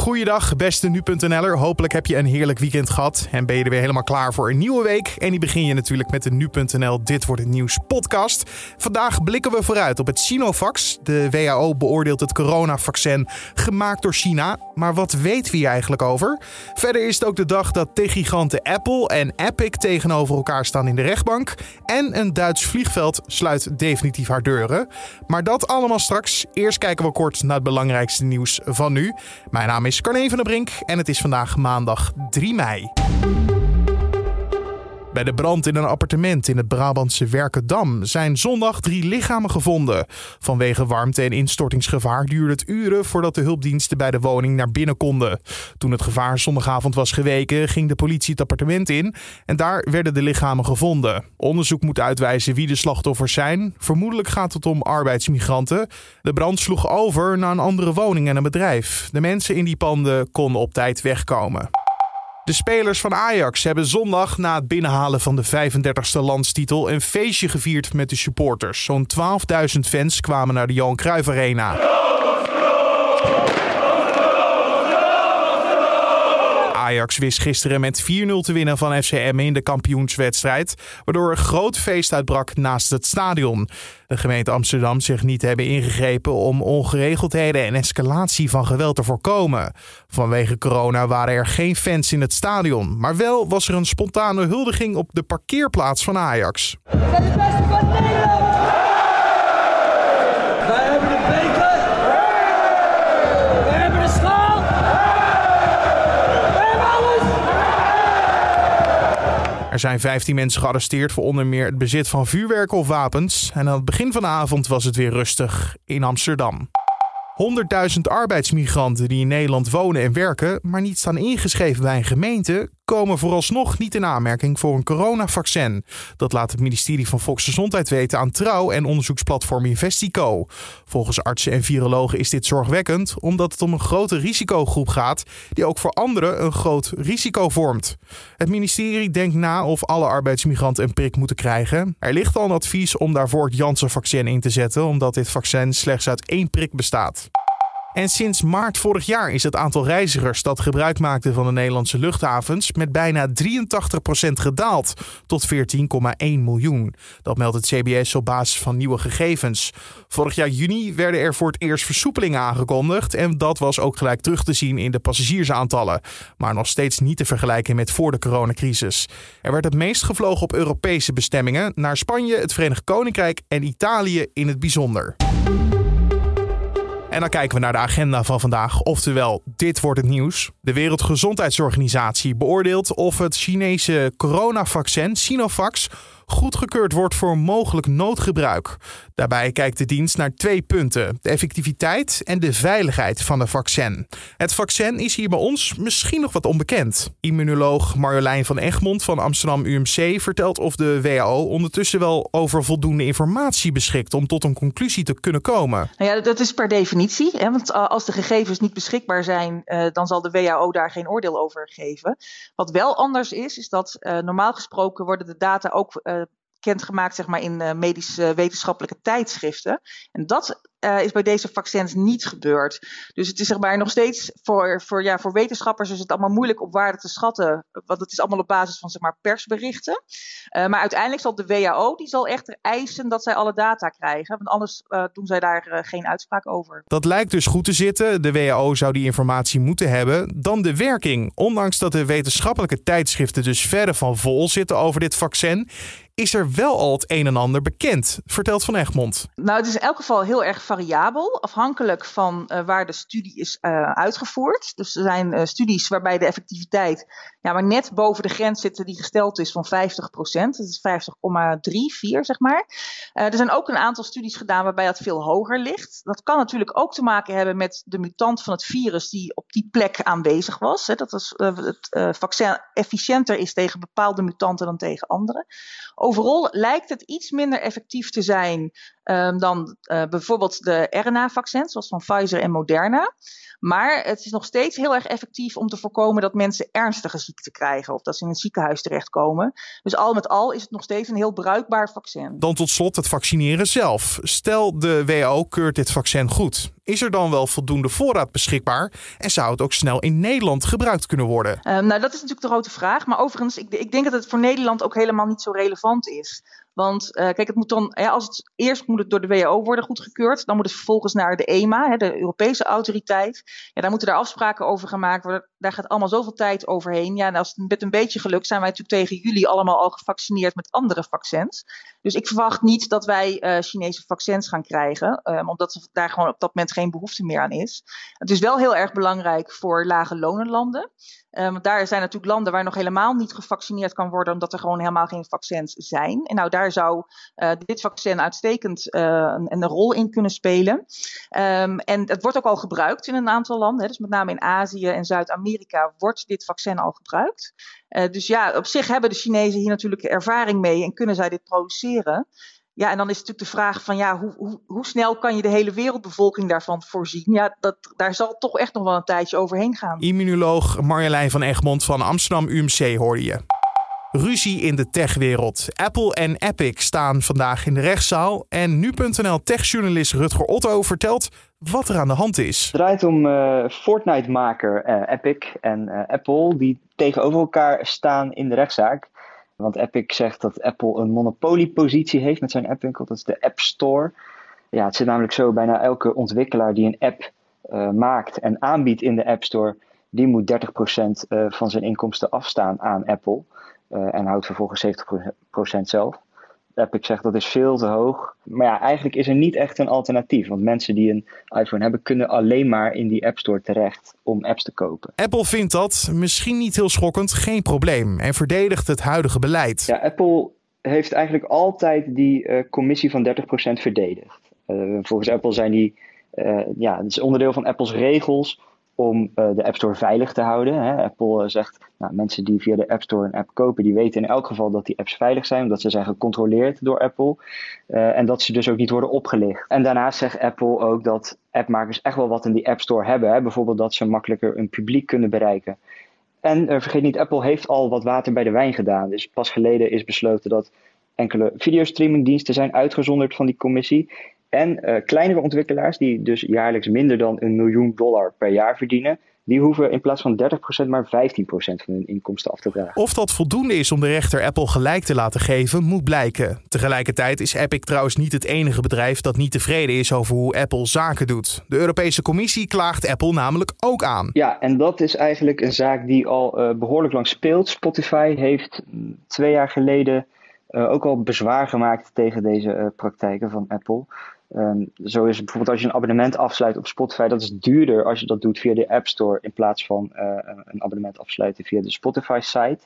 Goeiedag, beste Nu.nl'er. Hopelijk heb je een heerlijk weekend gehad en ben je er weer helemaal klaar voor een nieuwe week. En die begin je natuurlijk met de Nu.nl Dit Wordt Het Nieuws podcast. Vandaag blikken we vooruit op het Sinovac. De WHO beoordeelt het coronavaccin gemaakt door China. Maar wat weten we hier eigenlijk over? Verder is het ook de dag dat techgiganten Apple en Epic tegenover elkaar staan in de rechtbank. En een Duits vliegveld sluit definitief haar deuren. Maar dat allemaal straks. Eerst kijken we kort naar het belangrijkste nieuws van nu. Mijn naam is Carne van der Brink en het is vandaag maandag 3 mei. Bij de brand in een appartement in het Brabantse Werkendam zijn zondag 3 lichamen gevonden. Vanwege warmte en instortingsgevaar duurde het uren voordat de hulpdiensten bij de woning naar binnen konden. Toen het gevaar zondagavond was geweken, ging de politie het appartement in en daar werden de lichamen gevonden. Onderzoek moet uitwijzen wie de slachtoffers zijn. Vermoedelijk gaat het om arbeidsmigranten. De brand sloeg over naar een andere woning en een bedrijf. De mensen in die panden konden op tijd wegkomen. De spelers van Ajax hebben zondag na het binnenhalen van de 35e landstitel een feestje gevierd met de supporters. Zo'n 12.000 fans kwamen naar de Johan Cruijff Arena. Ajax wist gisteren met 4-0 te winnen van FC Emmen in de kampioenswedstrijd, waardoor een groot feest uitbrak naast het stadion. De gemeente Amsterdam zegt niet te hebben ingegrepen om ongeregeldheden en escalatie van geweld te voorkomen. Vanwege corona waren er geen fans in het stadion, maar wel was er een spontane huldiging op de parkeerplaats van Ajax. We zijn de beste van Nederland! Wij hebben de beker! We hebben de schaal! We hebben alles! Er zijn 15 mensen gearresteerd voor onder meer het bezit van vuurwerk of wapens. En aan het begin van de avond was het weer rustig in Amsterdam. 100.000 arbeidsmigranten die in Nederland wonen en werken, maar niet staan ingeschreven bij een gemeente, komen vooralsnog niet in aanmerking voor een coronavaccin. Dat laat het ministerie van Volksgezondheid weten aan Trouw en onderzoeksplatform Investico. Volgens artsen en virologen is dit zorgwekkend, omdat het om een grote risicogroep gaat die ook voor anderen een groot risico vormt. Het ministerie denkt na of alle arbeidsmigranten een prik moeten krijgen. Er ligt al een advies om daarvoor het Janssen-vaccin in te zetten, omdat dit vaccin slechts uit 1 prik bestaat. En sinds maart vorig jaar is het aantal reizigers dat gebruik maakte van de Nederlandse luchthavens met bijna 83% gedaald tot 14,1 miljoen. Dat meldt het CBS op basis van nieuwe gegevens. Vorig jaar juni werden er voor het eerst versoepelingen aangekondigd en dat was ook gelijk terug te zien in de passagiersaantallen. Maar nog steeds niet te vergelijken met voor de coronacrisis. Er werd het meest gevlogen op Europese bestemmingen naar Spanje, het Verenigd Koninkrijk en Italië in het bijzonder. En dan kijken we naar de agenda van vandaag, oftewel dit wordt het nieuws. De Wereldgezondheidsorganisatie beoordeelt of het Chinese coronavaccin Sinovac goedgekeurd wordt voor mogelijk noodgebruik. Daarbij kijkt de dienst naar 2 punten: de effectiviteit en de veiligheid van het vaccin. Het vaccin is hier bij ons misschien nog wat onbekend. Immunoloog Marjolein van Egmond van Amsterdam UMC vertelt of de WHO ondertussen wel over voldoende informatie beschikt om tot een conclusie te kunnen komen. Nou ja, dat is per definitie. Hè, want als de gegevens niet beschikbaar zijn, dan zal de WHO daar geen oordeel over geven. Wat wel anders is dat normaal gesproken worden de data ook bekendgemaakt, zeg maar, in medisch-wetenschappelijke tijdschriften. En dat is bij deze vaccins niet gebeurd. Dus het is, zeg maar, nog steeds voor wetenschappers is het allemaal moeilijk op waarde te schatten. Want het is allemaal op basis van, zeg maar, persberichten. Maar uiteindelijk zal de WHO, die zal echt eisen dat zij alle data krijgen. Want anders doen zij daar geen uitspraak over. Dat lijkt dus goed te zitten. De WHO zou die informatie moeten hebben. Dan de werking. Ondanks dat de wetenschappelijke tijdschriften dus verre van vol zitten over dit vaccin, is er wel al het een en ander bekend, vertelt Van Egmond. Nou, het is in elk geval heel erg variabel, afhankelijk van waar de studie is uitgevoerd. Dus er zijn studies waarbij de effectiviteit maar net boven de grens zit die gesteld is van 50%. Dat is 50,34, zeg maar. Er zijn ook een aantal studies gedaan waarbij dat veel hoger ligt. Dat kan natuurlijk ook te maken hebben met de mutant van het virus die op die plek aanwezig was. Hè, dat het vaccin efficiënter is tegen bepaalde mutanten dan tegen andere. Overal lijkt het iets minder effectief te zijn dan bijvoorbeeld de RNA-vaccins, zoals van Pfizer en Moderna. Maar het is nog steeds heel erg effectief om te voorkomen dat mensen ernstige ziekte krijgen of dat ze in het ziekenhuis terechtkomen. Dus al met al is het nog steeds een heel bruikbaar vaccin. Dan tot slot het vaccineren zelf. Stel de WHO keurt dit vaccin goed. Is er dan wel voldoende voorraad beschikbaar en zou het ook snel in Nederland gebruikt kunnen worden? Dat is natuurlijk de grote vraag. Maar overigens, ik denk dat het voor Nederland ook helemaal niet zo relevant is. Want kijk, het moet dan, eerst moet het door de WHO worden goedgekeurd. Dan moet het vervolgens naar de EMA, de Europese autoriteit. Ja, daar moeten afspraken over gemaakt worden. Daar gaat allemaal zoveel tijd overheen. Ja, en als het met een beetje geluk zijn wij natuurlijk tegen juli allemaal al gevaccineerd met andere vaccins. Dus ik verwacht niet dat wij Chinese vaccins gaan krijgen. Omdat er daar gewoon op dat moment geen behoefte meer aan is. Het is wel heel erg belangrijk voor lage lonenlanden. Want daar zijn natuurlijk landen waar nog helemaal niet gevaccineerd kan worden, omdat er gewoon helemaal geen vaccins zijn. En nou, daar zou dit vaccin uitstekend een rol in kunnen spelen. En het wordt ook al gebruikt in een aantal landen. Dus met name in Azië en Zuid-Amerika wordt dit vaccin al gebruikt. Dus ja, op zich hebben de Chinezen hier natuurlijk ervaring mee en kunnen zij dit produceren. Ja, en dan is natuurlijk de vraag van hoe snel kan je de hele wereldbevolking daarvan voorzien? Ja, daar zal toch echt nog wel een tijdje overheen gaan. Immunoloog Marjolein van Egmond van Amsterdam UMC hoorde je. Ruzie in de techwereld. Apple en Epic staan vandaag in de rechtszaal. En nu.nl techjournalist Rutger Otto vertelt wat er aan de hand is. Het draait om Fortnite-maker Epic en Apple die tegenover elkaar staan in de rechtszaak. Want Epic zegt dat Apple een monopoliepositie heeft met zijn appwinkel. Dat is de App Store. Ja, het zit namelijk zo, bijna elke ontwikkelaar die een app maakt en aanbiedt in de App Store, die moet 30% van zijn inkomsten afstaan aan Apple. En houdt vervolgens 70% zelf. Epic zegt dat is veel te hoog. Maar ja, eigenlijk is er niet echt een alternatief. Want mensen die een iPhone hebben, kunnen alleen maar in die App Store terecht om apps te kopen. Apple vindt dat, misschien niet heel schokkend, geen probleem. En verdedigt het huidige beleid. Ja, Apple heeft eigenlijk altijd die commissie van 30% verdedigd. Volgens Apple zijn die, het is onderdeel van Apples regels om de App Store veilig te houden. Hè. Apple zegt, mensen die via de App Store een app kopen, die weten in elk geval dat die apps veilig zijn, omdat ze zijn gecontroleerd door Apple. En dat ze dus ook niet worden opgelicht. En daarnaast zegt Apple ook dat appmakers echt wel wat in die App Store hebben. Hè. Bijvoorbeeld dat ze makkelijker een publiek kunnen bereiken. En vergeet niet, Apple heeft al wat water bij de wijn gedaan. Dus pas geleden is besloten dat enkele videostreamingdiensten zijn uitgezonderd van die commissie. En kleinere ontwikkelaars die dus jaarlijks minder dan $1 miljoen per jaar verdienen, die hoeven in plaats van 30% maar 15% van hun inkomsten af te dragen. Of dat voldoende is om de rechter Apple gelijk te laten geven, moet blijken. Tegelijkertijd is Epic trouwens niet het enige bedrijf dat niet tevreden is over hoe Apple zaken doet. De Europese Commissie klaagt Apple namelijk ook aan. Ja, en dat is eigenlijk een zaak die al behoorlijk lang speelt. Spotify heeft 2 jaar geleden ook al bezwaar gemaakt tegen deze praktijken van Apple. Zo is het bijvoorbeeld als je een abonnement afsluit op Spotify, dat is duurder als je dat doet via de App Store in plaats van een abonnement afsluiten via de Spotify site.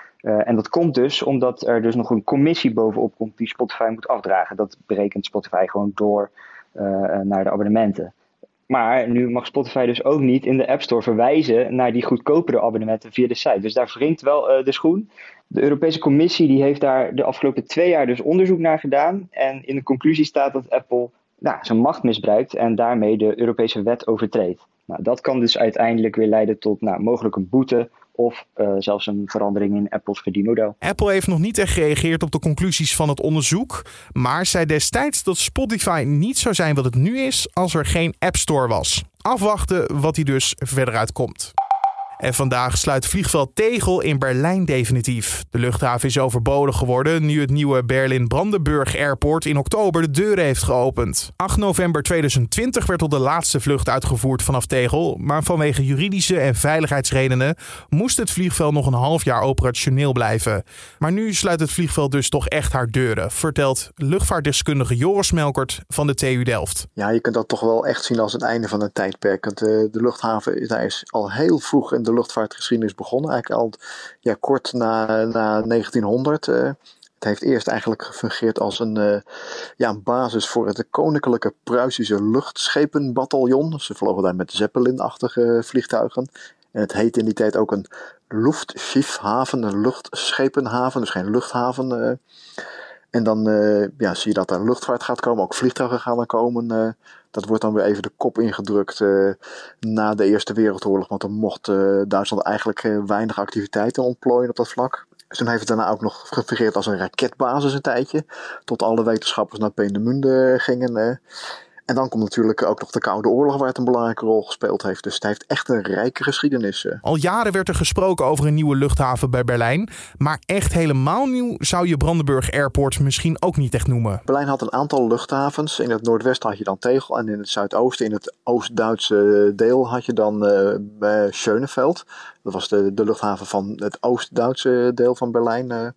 En dat komt dus omdat er dus nog een commissie bovenop komt die Spotify moet afdragen. Dat berekent Spotify gewoon door naar de abonnementen. Maar nu mag Spotify dus ook niet in de App Store verwijzen naar die goedkopere abonnementen via de site. Dus daar wringt wel de schoen. De Europese Commissie die heeft daar de afgelopen 2 jaar dus onderzoek naar gedaan. En in de conclusie staat dat Apple zijn macht misbruikt en daarmee de Europese wet overtreedt. Dat kan dus uiteindelijk weer leiden tot mogelijk een boete of zelfs een verandering in Apples verdienmodel. Apple heeft nog niet echt gereageerd op de conclusies van het onderzoek, maar zei destijds dat Spotify niet zou zijn wat het nu is als er geen App Store was. Afwachten wat hij dus verder uitkomt. En vandaag sluit vliegveld Tegel in Berlijn definitief. De luchthaven is overbodig geworden nu het nieuwe Berlin-Brandenburg Airport in oktober de deuren heeft geopend. 8 november 2020 werd al de laatste vlucht uitgevoerd vanaf Tegel, maar vanwege juridische en veiligheidsredenen moest het vliegveld nog een half jaar operationeel blijven. Maar nu sluit het vliegveld dus toch echt haar deuren, vertelt luchtvaartdeskundige Joris Melkert van de TU Delft. Ja, je kunt dat toch wel echt zien als het einde van een tijdperk. Want de luchthaven is al heel vroeg in de luchtvaartgeschiedenis begonnen. Eigenlijk al kort na 1900. Het heeft eerst eigenlijk gefungeerd als een basis voor het Koninklijke Pruisische Luchtschepenbataljon. Ze vlogen daar met Zeppelin-achtige vliegtuigen. En het heette in die tijd ook een Luftschiffhaven, een luchtschepenhaven, dus geen luchthaven. En dan zie je dat er luchtvaart gaat komen, ook vliegtuigen gaan er komen. Dat wordt dan weer even de kop ingedrukt na de Eerste Wereldoorlog. Want dan mocht Duitsland eigenlijk weinig activiteiten ontplooien op dat vlak. Dus toen heeft het daarna ook nog gefungeerd als een raketbasis een tijdje. Tot alle wetenschappers naar Peenemünde gingen. En dan komt natuurlijk ook nog de Koude Oorlog waar het een belangrijke rol gespeeld heeft. Dus het heeft echt een rijke geschiedenis. Al jaren werd er gesproken over een nieuwe luchthaven bij Berlijn. Maar echt helemaal nieuw zou je Brandenburg Airport misschien ook niet echt noemen. Berlijn had een aantal luchthavens. In het noordwesten had je dan Tegel en in het zuidoosten, in het Oost-Duitse deel, had je dan Schönefeld. Dat was de luchthaven van het Oost-Duitse deel van Berlijn.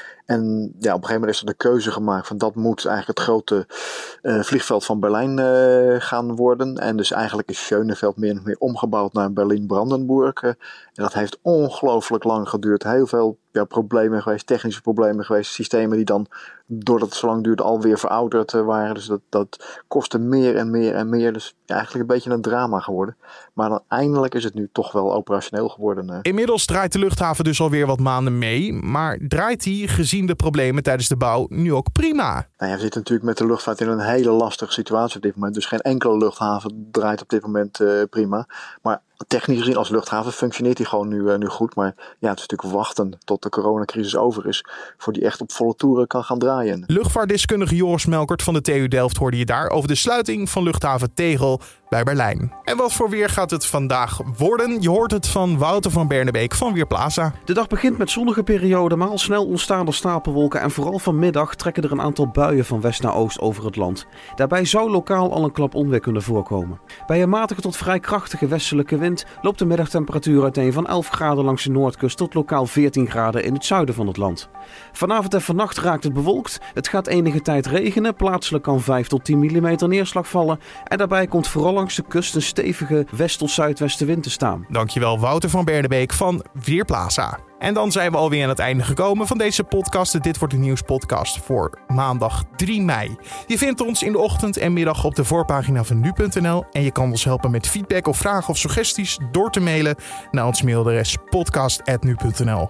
En ja, op een gegeven moment is er de keuze gemaakt van dat moet eigenlijk het grote vliegveld van Berlijn gaan worden. En dus eigenlijk is Schönefeld meer en meer omgebouwd naar Berlin-Brandenburg. En dat heeft ongelooflijk lang geduurd. Heel veel problemen geweest, technische problemen geweest, systemen die dan, doordat het zo lang duurde, alweer verouderd waren. Dus dat kostte meer en meer en meer. Dus eigenlijk een beetje een drama geworden. Maar dan eindelijk is het nu toch wel operationeel geworden. Inmiddels draait de luchthaven dus alweer wat maanden mee. Maar draait die, gezien de problemen tijdens de bouw, nu ook prima? Nou ja, we zitten natuurlijk met de luchtvaart in een hele lastige situatie op dit moment. Dus geen enkele luchthaven draait op dit moment prima. Maar technisch gezien als luchthaven functioneert die gewoon nu goed. Maar ja, het is natuurlijk wachten tot de coronacrisis over is, voor die echt op volle toeren kan gaan draaien. Luchtvaartdeskundige Joris Melkert van de TU Delft hoorde je daar over de sluiting van luchthaven Tegel bij Berlijn. En wat voor weer gaat het vandaag worden? Je hoort het van Wouter van Bernebeek van Weerplaza. De dag begint met zonnige perioden, maar al snel ontstaan er stapelwolken en vooral vanmiddag trekken er een aantal buien van west naar oost over het land. Daarbij zou lokaal al een klap onweer kunnen voorkomen. Bij een matige tot vrij krachtige westelijke wind loopt de middagtemperatuur uiteen van 11 graden langs de noordkust tot lokaal 14 graden in het zuiden van het land. Vanavond en vannacht raakt het bewolkt. Het gaat enige tijd regenen. Plaatselijk kan 5 tot 10 mm neerslag vallen. En daarbij komt vooral langs de kust een stevige west- tot zuidwestenwind te staan. Dankjewel Wouter van Bernebeek van Weerplaza. En dan zijn we alweer aan het einde gekomen van deze podcast. Dit wordt de nieuwspodcast voor maandag 3 mei. Je vindt ons in de ochtend en middag op de voorpagina van nu.nl. En je kan ons helpen met feedback of vragen of suggesties door te mailen naar ons mailadres podcast@nu.nl.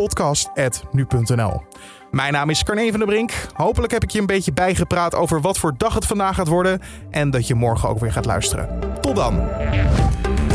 podcast@nu.nl. Mijn naam is Carne van der Brink. Hopelijk heb ik je een beetje bijgepraat over wat voor dag het vandaag gaat worden. En dat je morgen ook weer gaat luisteren. Tot dan!